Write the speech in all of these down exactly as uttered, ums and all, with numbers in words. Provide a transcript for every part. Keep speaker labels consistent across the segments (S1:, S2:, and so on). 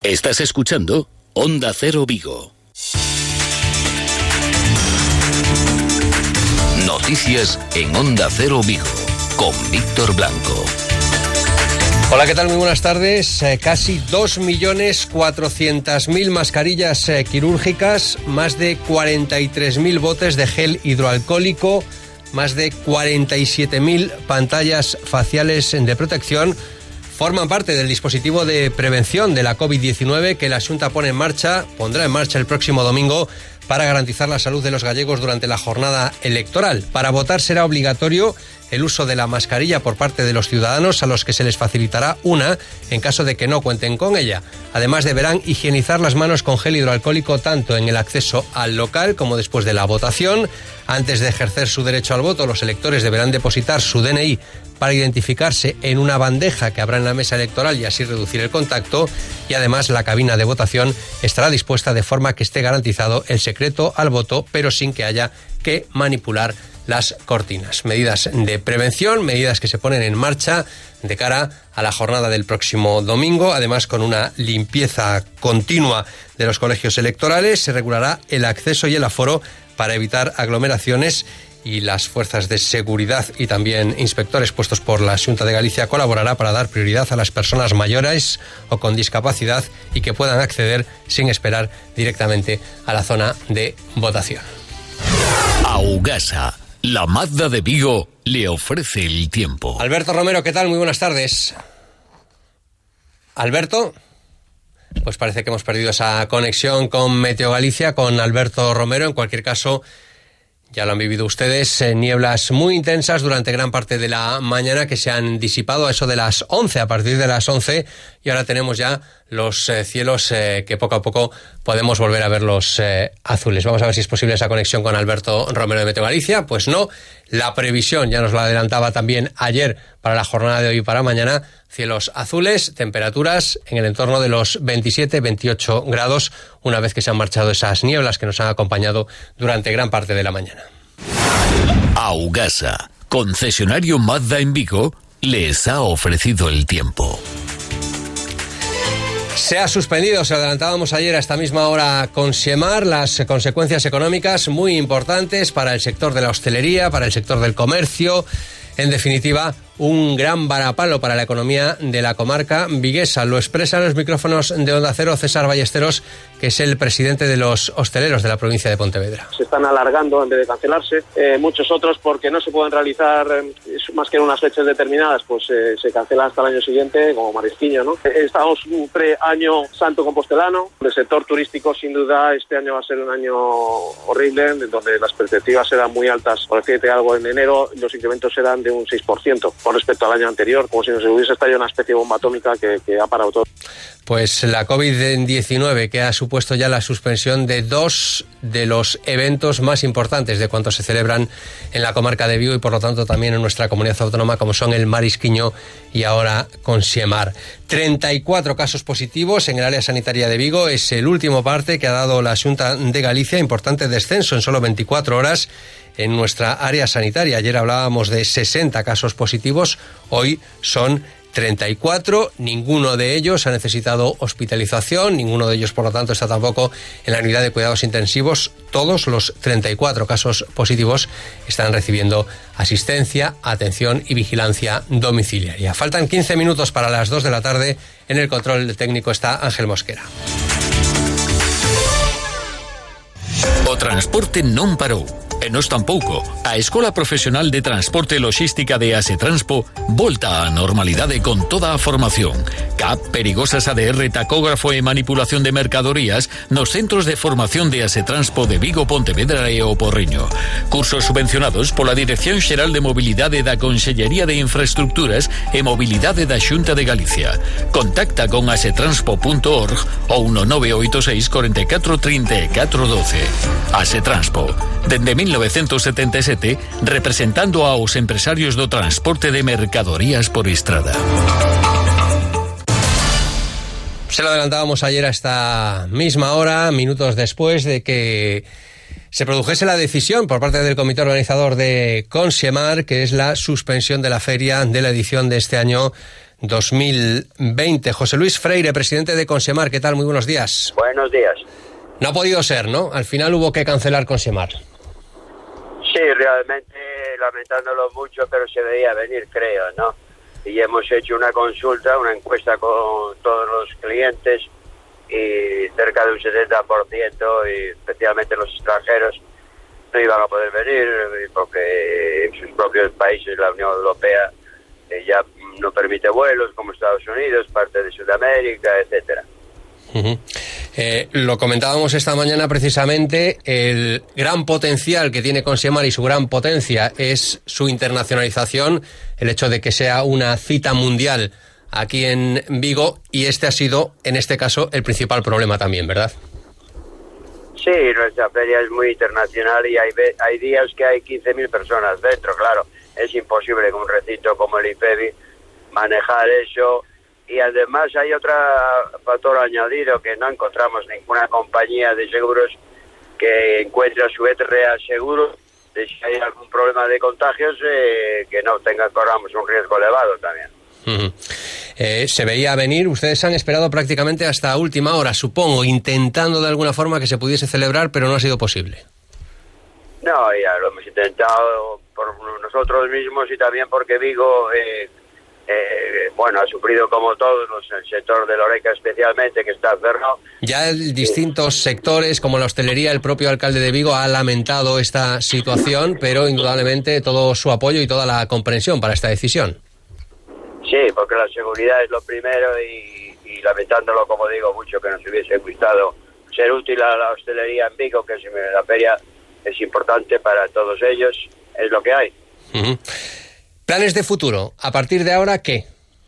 S1: Estás escuchando Onda Cero Vigo. Noticias en Onda Cero Vigo, con Víctor Blanco.
S2: Hola, ¿qué tal? Muy buenas tardes. Eh, casi dos millones cuatrocientas mil mascarillas eh, quirúrgicas, más de cuarenta y tres mil botes de gel hidroalcohólico, más de cuarenta y siete mil pantallas faciales de protección forman parte del dispositivo de prevención de la covid diecinueve que la Xunta pone en marcha, pondrá en marcha el próximo domingo para garantizar la salud de los gallegos durante la jornada electoral. Para votar será obligatorio el uso de la mascarilla por parte de los ciudadanos, a los que se les facilitará una en caso de que no cuenten con ella. Además, deberán higienizar las manos con gel hidroalcohólico tanto en el acceso al local como después de la votación. Antes de ejercer su derecho al voto, los electores deberán depositar su D N I para identificarse en una bandeja que habrá en la mesa electoral y así reducir el contacto. Y además, la cabina de votación estará dispuesta de forma que esté garantizado el secreto al voto, pero sin que haya que manipular las cortinas. Medidas de prevención, medidas que se ponen en marcha de cara a la jornada del próximo domingo. Además, con una limpieza continua de los colegios electorales, se regulará el acceso y el aforo para evitar aglomeraciones, y las fuerzas de seguridad y también inspectores puestos por la Xunta de Galicia colaborará para dar prioridad a las personas mayores o con discapacidad y que puedan acceder sin esperar directamente a la zona de votación.
S1: Augasa, la Mazda de Vigo, le ofrece el tiempo.
S2: Alberto Romero, ¿qué tal? Muy buenas tardes. ¿Alberto? Pues parece que hemos perdido esa conexión con Meteo Galicia, con Alberto Romero. En cualquier caso, ya lo han vivido ustedes, eh, nieblas muy intensas durante gran parte de la mañana que se han disipado a eso de las once, a partir de las once, y ahora tenemos ya los eh, cielos eh, que poco a poco podemos volver a ver los eh, azules. Vamos a ver si es posible esa conexión con Alberto Romero de Meteo Galicia. Pues no, la previsión ya nos la adelantaba también ayer para la jornada de hoy y para mañana. Cielos azules, temperaturas en el entorno de los veintisiete, veintiocho grados, una vez que se han marchado esas nieblas que nos han acompañado durante gran parte de la mañana.
S1: Augasa, concesionario Mazda en Vigo, les ha ofrecido el tiempo.
S2: Se ha suspendido, se adelantábamos ayer a esta misma hora con Siemar, las consecuencias económicas muy importantes para el sector de la hostelería, para el sector del comercio. En definitiva, un gran varapalo para la economía de la comarca viguesa. Lo expresa en los micrófonos de Onda Cero César Ballesteros, que es el presidente de los hosteleros de la provincia de Pontevedra.
S3: Se están alargando en vez de cancelarse. Eh, muchos otros, porque no se pueden realizar eh, más que en unas fechas determinadas, pues eh, se cancela hasta el año siguiente, como Marisquiño, ¿no? Eh, estamos un pre-año santo compostelano. El sector turístico, sin duda, este año va a ser un año horrible, donde las perspectivas serán muy altas. Por decirte algo, en enero los incrementos serán de un seis por ciento con respecto al año anterior, como si nos hubiese estallado una especie de bomba atómica que, que ha parado todo.
S2: Pues la covid diecinueve, que ha supuesto ya la suspensión de dos de los eventos más importantes de cuantos se celebran en la comarca de Vigo y por lo tanto también en nuestra comunidad autónoma, como son el Marisquiño y ahora con Siemar. treinta y cuatro casos positivos en el área sanitaria de Vigo, es el último parte que ha dado la Xunta de Galicia, importante descenso en solo veinticuatro horas en nuestra área sanitaria. Ayer hablábamos de sesenta casos positivos, hoy son treinta y cuatro, ninguno de ellos ha necesitado hospitalización, ninguno de ellos por lo tanto está tampoco en la unidad de cuidados intensivos. Todos los treinta y cuatro casos positivos están recibiendo asistencia, atención y vigilancia domiciliaria. Faltan quince minutos para las dos de la tarde. En el control técnico está Ángel Mosquera.
S1: O transporte non parou. E nos tampouco. A Escola Profesional de Transporte e Logística de Asetranspo volta á normalidade con toda a formación. C A P, perigosas A D R, tacógrafo e manipulación de mercadorías nos centros de formación de Asetranspo de Vigo, Pontevedra e O Porriño. Cursos subvencionados pola Dirección Xeral de Mobilidade da Consellería de Infraestructuras e Mobilidade da Xunta de Galicia. Contacta con asetranspo punto org ou no nove oito seis, catro catro, tres catro un dos. Asetranspo, dende mil novecientos setenta e sete, representando aos empresarios do transporte de mercadorías por estrada.
S2: Se lo adelantábamos ayer a esta misma hora, minutos después de que se produjese la decisión por parte del comité organizador de Consiemar, que es la suspensión de la feria de la edición de este año dos mil veinte. José Luis Freire, presidente de Consemar, ¿qué tal? Muy buenos días.
S4: Buenos días.
S2: No ha podido ser, ¿no? Al final hubo que cancelar Consemar.
S4: Sí, realmente lamentándolo mucho, pero se veía venir, creo, ¿no? Y hemos hecho una consulta, una encuesta con todos los clientes y cerca de un setenta por ciento, y especialmente los extranjeros, no iban a poder venir porque en sus propios países la Unión Europea eh, ya no permite vuelos, como Estados Unidos, parte de Sudamérica, etcétera.
S2: Uh-huh. Eh, lo comentábamos esta mañana precisamente, el gran potencial que tiene Consemar y su gran potencia es su internacionalización, el hecho de que sea una cita mundial aquí en Vigo, y este ha sido, en este caso, el principal problema también, ¿verdad?
S4: Sí, nuestra feria es muy internacional y hay, hay días que hay quince mil personas dentro, claro. Es imposible con un recinto como el IFEBI manejar eso. Y además hay otro factor añadido, que no encontramos ninguna compañía de seguros que encuentre a su vez real seguro de si hay algún problema de contagios, eh, que no tenga, corramos un riesgo elevado también.
S2: Uh-huh. Eh, se veía venir, ustedes han esperado prácticamente hasta última hora, supongo, intentando de alguna forma que se pudiese celebrar, pero no ha sido posible.
S4: No, ya lo hemos intentado por nosotros mismos y también porque Vigo... Eh, Eh, bueno, ha sufrido como todos, los, el sector de la Horeca especialmente, que está cerrado.
S2: Ya en distintos sí. sectores, como la hostelería, el propio alcalde de Vigo ha lamentado esta situación, pero indudablemente todo su apoyo y toda la comprensión para esta decisión.
S4: Sí, porque la seguridad es lo primero y, y lamentándolo, como digo, mucho que nos hubiese gustado ser útil a la hostelería en Vigo, que la feria es importante para todos ellos, es lo que hay.
S2: Uh-huh. ¿Planes de futuro? ¿A partir de ahora qué?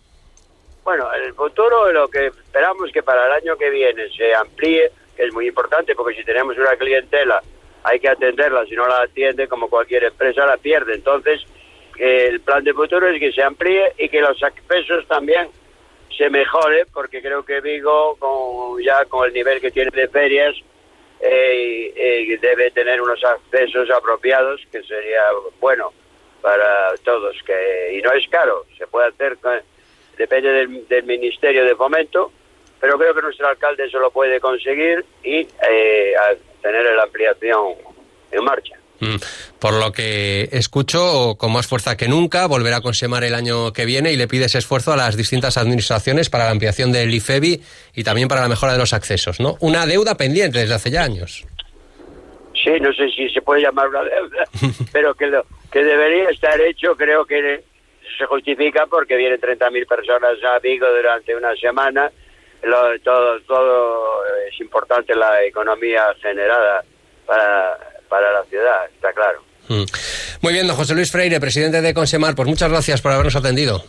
S4: Bueno, en el futuro lo que esperamos es que para el año que viene se amplíe, que es muy importante, porque si tenemos una clientela hay que atenderla, si no la atiende, como cualquier empresa, la pierde. Entonces, el plan de futuro es que se amplíe y que los accesos también se mejore, porque creo que Vigo, con, ya con el nivel que tiene de ferias, eh, eh, debe tener unos accesos apropiados, que sería bueno para todos, que y no es caro, se puede hacer, depende del, del Ministerio de Fomento, pero creo que nuestro alcalde eso lo puede conseguir y eh, tener la ampliación en marcha.
S2: Mm. Por lo que escucho, con más fuerza que nunca, volverá a Consemar el año que viene y le pide ese esfuerzo a las distintas administraciones para la ampliación del IFEBI y también para la mejora de los accesos, ¿no? Una deuda pendiente desde hace ya años.
S4: Sí, no sé si se puede llamar una deuda, pero que lo que debería estar hecho, creo que se justifica porque vienen treinta mil personas a Vigo durante una semana. Lo, todo todo es importante, la economía generada para, para la ciudad, está claro.
S2: Mm. Muy bien, don José Luis Freire, presidente de Consemar, pues muchas gracias por habernos atendido.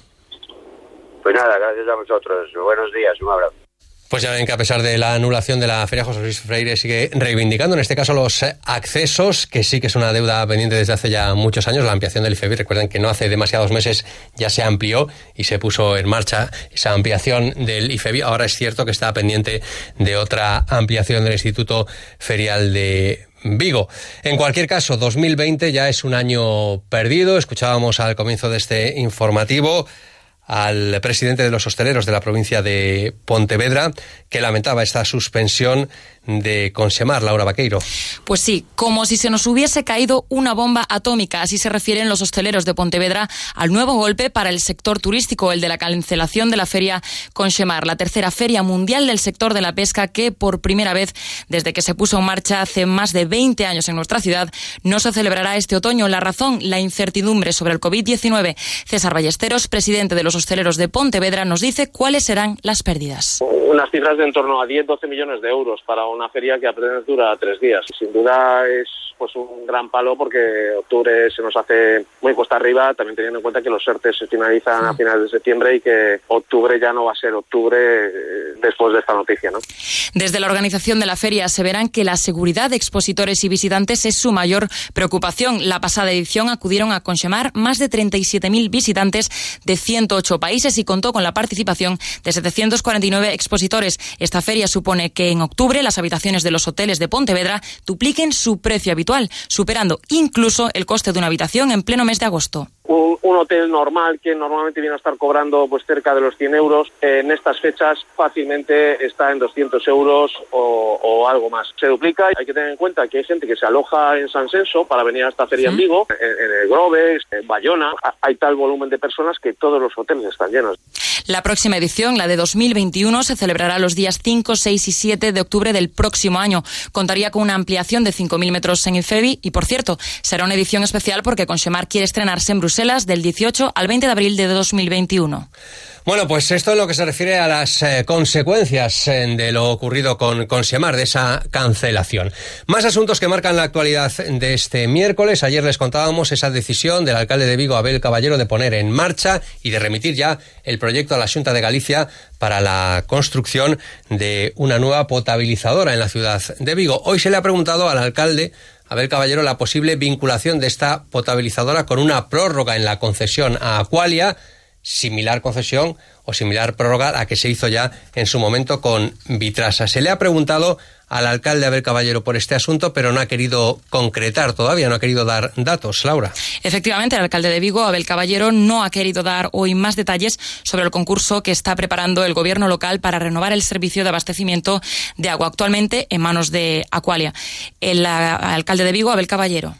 S4: Pues nada, gracias a vosotros. Buenos días, un abrazo.
S2: Pues ya ven que a pesar de la anulación de la feria, José Luis Freire sigue reivindicando, en este caso, los accesos, que sí que es una deuda pendiente desde hace ya muchos años, la ampliación del IFEBI. Recuerden que no hace demasiados meses ya se amplió y se puso en marcha esa ampliación del IFEBI. Ahora es cierto que está pendiente de otra ampliación del Instituto Ferial de Vigo. En cualquier caso, dos mil veinte ya es un año perdido. Escuchábamos al comienzo de este informativo al presidente de los hosteleros de la provincia de Pontevedra, que lamentaba esta suspensión de Consemar, Laura Vaqueiro.
S5: Pues sí, como si se nos hubiese caído una bomba atómica, así se refieren los hosteleros de Pontevedra al nuevo golpe para el sector turístico, el de la cancelación de la feria Consemar, la tercera feria mundial del sector de la pesca que por primera vez desde que se puso en marcha hace más de veinte años en nuestra ciudad no se celebrará este otoño. La razón, la incertidumbre sobre el covid diecinueve. César Ballesteros, presidente de los hosteleros de Pontevedra, nos dice cuáles serán las pérdidas.
S3: Unas cifras de en torno a diez doce millones de euros para una feria que apenas dura tres días. Sin duda es pues un gran palo porque octubre se nos hace muy cuesta arriba, también teniendo en cuenta que los ERTE se finalizan sí. a finales de septiembre y que octubre ya no va a ser octubre después de esta noticia, ¿no?
S5: Desde la organización de la feria se verán que la seguridad de expositores y visitantes es su mayor preocupación. La pasada edición acudieron a Consemar más de treinta y siete mil visitantes de ciento ocho países y contó con la participación de setecientos cuarenta y nueve expositores. Esta feria supone que en octubre las habitaciones de los hoteles de Pontevedra dupliquen su precio habitual, superando incluso el coste de una habitación en pleno mes de agosto.
S3: Un, un hotel normal que normalmente viene a estar cobrando pues cerca de los cien euros, eh, en estas fechas fácilmente está en doscientos euros o, o algo más. Se duplica. Hay que tener en cuenta que hay gente que se aloja en San Senso para venir a esta feria ¿Sí? en Vigo, en, en el Groves, en Bayona. Hay tal volumen de personas que todos los hoteles están llenos.
S5: La próxima edición, la de dos mil veintiuno, se celebrará los días cinco, seis y siete de octubre del próximo año. Contaría con una ampliación de cinco mil metros en Infevi y, por cierto, será una edición especial porque Conchemar quiere estrenarse en Bruselas del dieciocho al veinte de abril de dos mil veintiuno.
S2: Bueno, pues esto es lo que se refiere a las eh, consecuencias eh, de lo ocurrido con Conchemar, de esa cancelación. Más asuntos que marcan la actualidad de este miércoles. Ayer les contábamos esa decisión del alcalde de Vigo, Abel Caballero, de poner en marcha y de remitir ya el proyecto a la Xunta de Galicia para la construcción de una nueva potabilizadora en la ciudad de Vigo. Hoy se le ha preguntado al alcalde Abel Caballero la posible vinculación de esta potabilizadora con una prórroga en la concesión a Aqualia, similar concesión o similar prórroga a la que se hizo ya en su momento con Vitrasa. Se le ha preguntado al alcalde Abel Caballero por este asunto, pero no ha querido concretar todavía, no ha querido dar datos. Laura.
S5: Efectivamente, el alcalde de Vigo, Abel Caballero, no ha querido dar hoy más detalles sobre el concurso que está preparando el gobierno local para renovar el servicio de abastecimiento de agua, actualmente en manos de Aqualia. El alcalde de Vigo, Abel Caballero.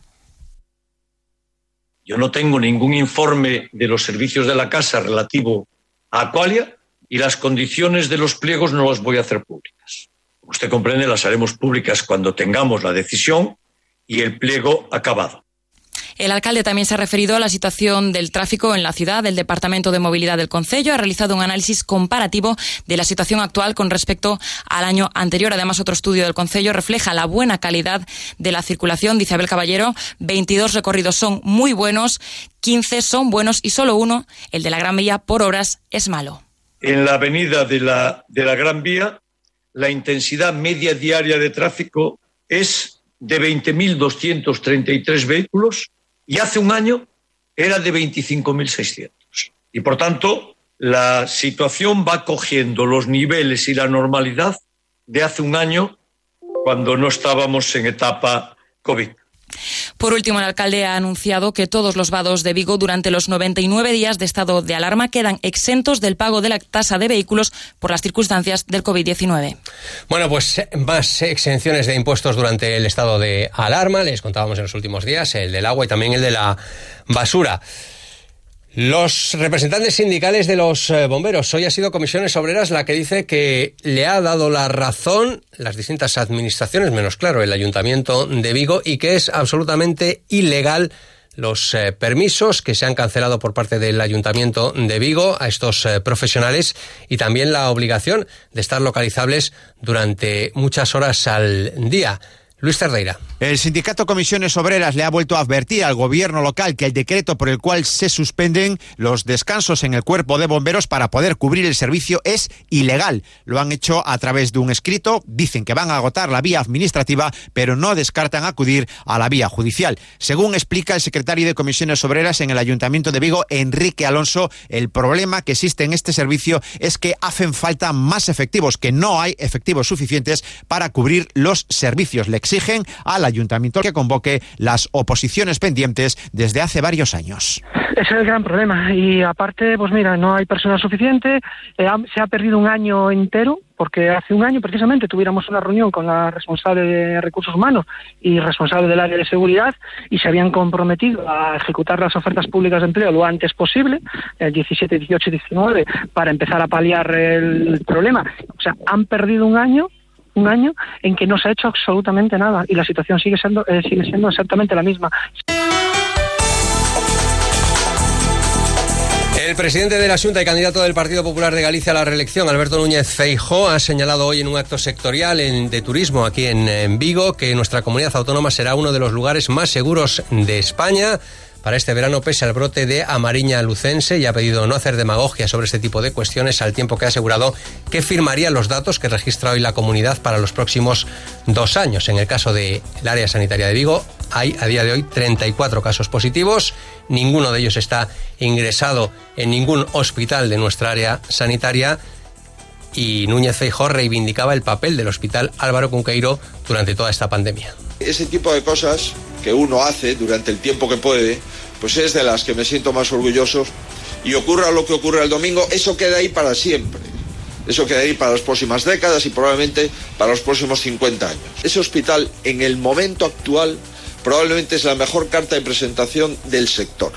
S6: Yo no tengo ningún informe de los servicios de la casa relativo a Aqualia y las condiciones de los pliegos no las voy a hacer públicas. Como usted comprende, las haremos públicas cuando tengamos la decisión y el pliego acabado.
S5: El alcalde también se ha referido a la situación del tráfico en la ciudad. El Departamento de Movilidad del Concello ha realizado un análisis comparativo de la situación actual con respecto al año anterior. Además, otro estudio del Concello refleja la buena calidad de la circulación. Dice Abel Caballero, veintidós recorridos son muy buenos, quince son buenos y solo uno, el de la Gran Vía, por horas, es malo.
S6: En la avenida de la, de la Gran Vía, la intensidad media diaria de tráfico es de veinte mil doscientos treinta y tres vehículos, y hace un año era de veinticinco mil seiscientos. Y por tanto, la situación va cogiendo los niveles y la normalidad de hace un año, cuando no estábamos en etapa COVID.
S5: Por último, el alcalde ha anunciado que todos los vados de Vigo durante los noventa y nueve días de estado de alarma quedan exentos del pago de la tasa de vehículos por las circunstancias del COVID diecinueve.
S2: Bueno, pues más exenciones de impuestos durante el estado de alarma. Les contábamos en los últimos días el del agua y también el de la basura. Los representantes sindicales de los bomberos, hoy ha sido Comisiones Obreras la que dice que le ha dado la razón las distintas administraciones, menos claro el Ayuntamiento de Vigo, y que es absolutamente ilegal los eh, permisos que se han cancelado por parte del Ayuntamiento de Vigo a estos eh, profesionales y también la obligación de estar localizables durante muchas horas al día. Luis Cerdeira.
S7: El sindicato Comisiones Obreras le ha vuelto a advertir al gobierno local que el decreto por el cual se suspenden los descansos en el cuerpo de bomberos para poder cubrir el servicio es ilegal. Lo han hecho a través de un escrito, dicen que van a agotar la vía administrativa, pero no descartan acudir a la vía judicial. Según explica el secretario de Comisiones Obreras en el Ayuntamiento de Vigo, Enrique Alonso, el problema que existe en este servicio es que hacen falta más efectivos, que no hay efectivos suficientes para cubrir los servicios. Le exigen al ayuntamiento que convoque las oposiciones pendientes desde hace varios años.
S8: Ese es el gran problema y aparte, pues mira, no hay personal suficiente, eh, se ha perdido un año entero porque hace un año precisamente tuviéramos una reunión con la responsable de Recursos Humanos y responsable del área de seguridad y se habían comprometido a ejecutar las ofertas públicas de empleo lo antes posible, el diecisiete, dieciocho y diecinueve, para empezar a paliar el problema. O sea, han perdido un año un año en que no se ha hecho absolutamente nada y la situación sigue siendo eh, sigue siendo exactamente la misma.
S2: El presidente de la Xunta y candidato del Partido Popular de Galicia a la reelección, Alberto Núñez Feijóo, ha señalado hoy en un acto sectorial en, de turismo aquí en, en Vigo que nuestra comunidad autónoma será uno de los lugares más seguros de España para este verano, pese al brote de amariña lucense, y ha pedido no hacer demagogia sobre este tipo de cuestiones, al tiempo que ha asegurado que firmaría los datos que registra hoy la comunidad para los próximos dos años. En el caso del área sanitaria de Vigo, hay a día de hoy treinta y cuatro casos positivos, ninguno de ellos está ingresado en ningún hospital de nuestra área sanitaria, y Núñez Feijóo reivindicaba el papel del Hospital Álvaro Cunqueiro durante toda esta pandemia.
S9: Ese tipo de cosas que uno hace durante el tiempo que puede pues es de las que me siento más orgulloso. Y ocurra lo que ocurra el domingo, eso queda ahí para siempre. Eso queda ahí para las próximas décadas y probablemente para los próximos cincuenta años. Ese hospital, en el momento actual, probablemente es la mejor carta de presentación del sector.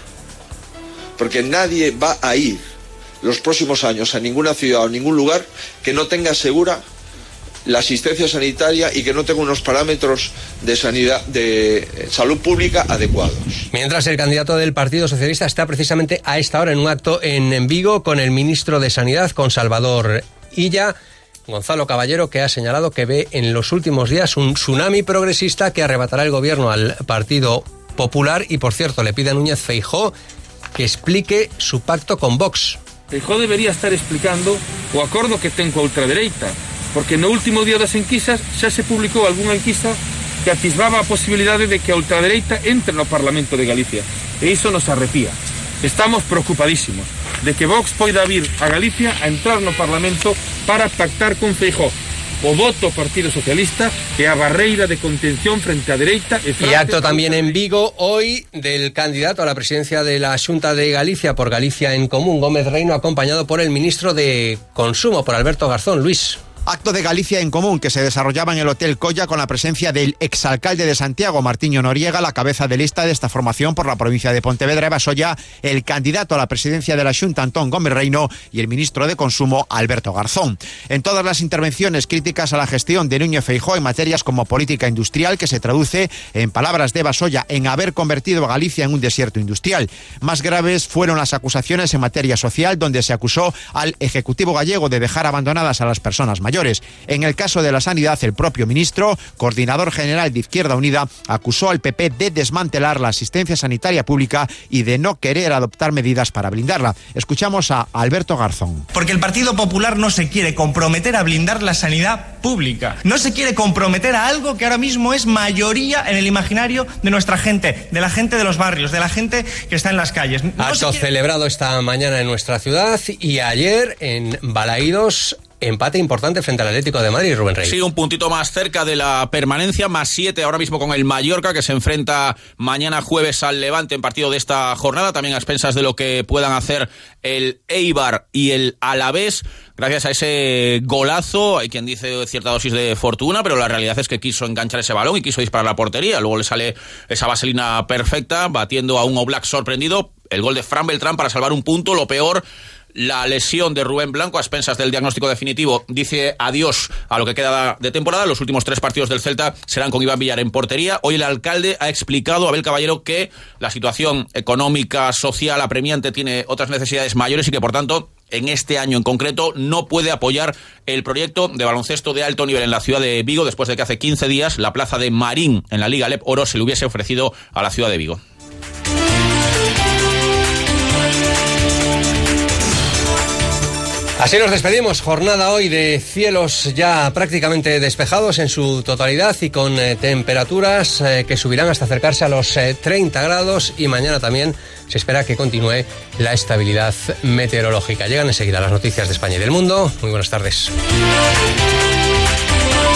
S9: Porque nadie va a ir los próximos años a ninguna ciudad o ningún lugar que no tenga segura la asistencia sanitaria y que no tenga unos parámetros de sanidad, de salud pública adecuados.
S2: Mientras, el candidato del Partido Socialista está precisamente a esta hora en un acto en Vigo con el ministro de Sanidad, con Salvador Illa, Gonzalo Caballero, que ha señalado que ve en los últimos días un tsunami progresista que arrebatará el gobierno al Partido Popular. Y, por cierto, le pide a Núñez Feijóo que explique su pacto con Vox.
S10: Feijóo debería estar explicando o acordo que ten coa ultradereita, porque no último día das enquisas xa se publicou algunha enquisa que atisbaba a posibilidade de que a ultradereita entre no Parlamento de Galicia. E iso nos arrepía. Estamos preocupadísimos de que Vox poida vir a Galicia a entrar no Parlamento para pactar con Feijóo. O voto Partido Socialista e a barreira de contención frente á dereita e frente...
S2: Y acto también en Vigo hoy del candidato a la presidencia de la Xunta de Galicia por Galicia en Común, Gómez Reino, acompañado por el ministro de Consumo, por Alberto Garzón. Luis.
S7: Acto de Galicia en Común que se desarrollaba en el Hotel Colla con la presencia del exalcalde de Santiago, Martiño Noriega, la cabeza de lista de esta formación por la provincia de Pontevedra e Basolla, el candidato a la presidencia de la Xunta, Antón Gómez Reino, y el ministro de Consumo, Alberto Garzón. En todas las intervenciones críticas a la gestión de Núñez Feijóo en materias como política industrial, que se traduce, en palabras de Basolla, en haber convertido a Galicia en un desierto industrial. Más graves fueron las acusaciones en materia social, donde se acusó al Ejecutivo gallego de dejar abandonadas a las personas mayores. En el caso de la sanidad, el propio ministro, coordinador general de Izquierda Unida, acusó al P P de desmantelar la asistencia sanitaria pública y de no querer adoptar medidas para blindarla. Escuchamos a Alberto Garzón.
S11: Porque el Partido Popular no se quiere comprometer a blindar la sanidad pública. No se quiere comprometer a algo que ahora mismo es mayoría en el imaginario de nuestra gente, de la gente de los barrios, de la gente que está en las calles. No
S2: Acto
S11: quiere...
S2: celebrado esta mañana en nuestra ciudad y ayer en Balaídos. Empate importante frente al Atlético de Madrid, Rubén Rey.
S12: Sí, un puntito más cerca de la permanencia, más siete ahora mismo con el Mallorca, que se enfrenta mañana jueves al Levante en partido de esta jornada, también a expensas de lo que puedan hacer el Eibar y el Alavés, gracias a ese golazo. Hay quien dice cierta dosis de fortuna, pero la realidad es que quiso enganchar ese balón y quiso disparar a la portería, luego le sale esa vaselina perfecta, batiendo a un Oblak sorprendido, el gol de Fran Beltrán para salvar un punto. Lo peor, la lesión de Rubén Blanco, a expensas del diagnóstico definitivo, dice adiós a lo que queda de temporada. Los últimos tres partidos del Celta serán con Iván Villar en portería. Hoy el alcalde ha explicado, Abel Caballero, que la situación económica, social, apremiante tiene otras necesidades mayores y que, por tanto, en este año en concreto no puede apoyar el proyecto de baloncesto de alto nivel en la ciudad de Vigo, después de que hace quince días la plaza de Marín en la Liga Lep Oro se le hubiese ofrecido a la ciudad de Vigo.
S2: Así nos despedimos. Jornada hoy de cielos ya prácticamente despejados en su totalidad y con eh, temperaturas eh, que subirán hasta acercarse a los eh, treinta grados, y mañana también se espera que continúe la estabilidad meteorológica. Llegan enseguida las noticias de España y del mundo. Muy buenas tardes.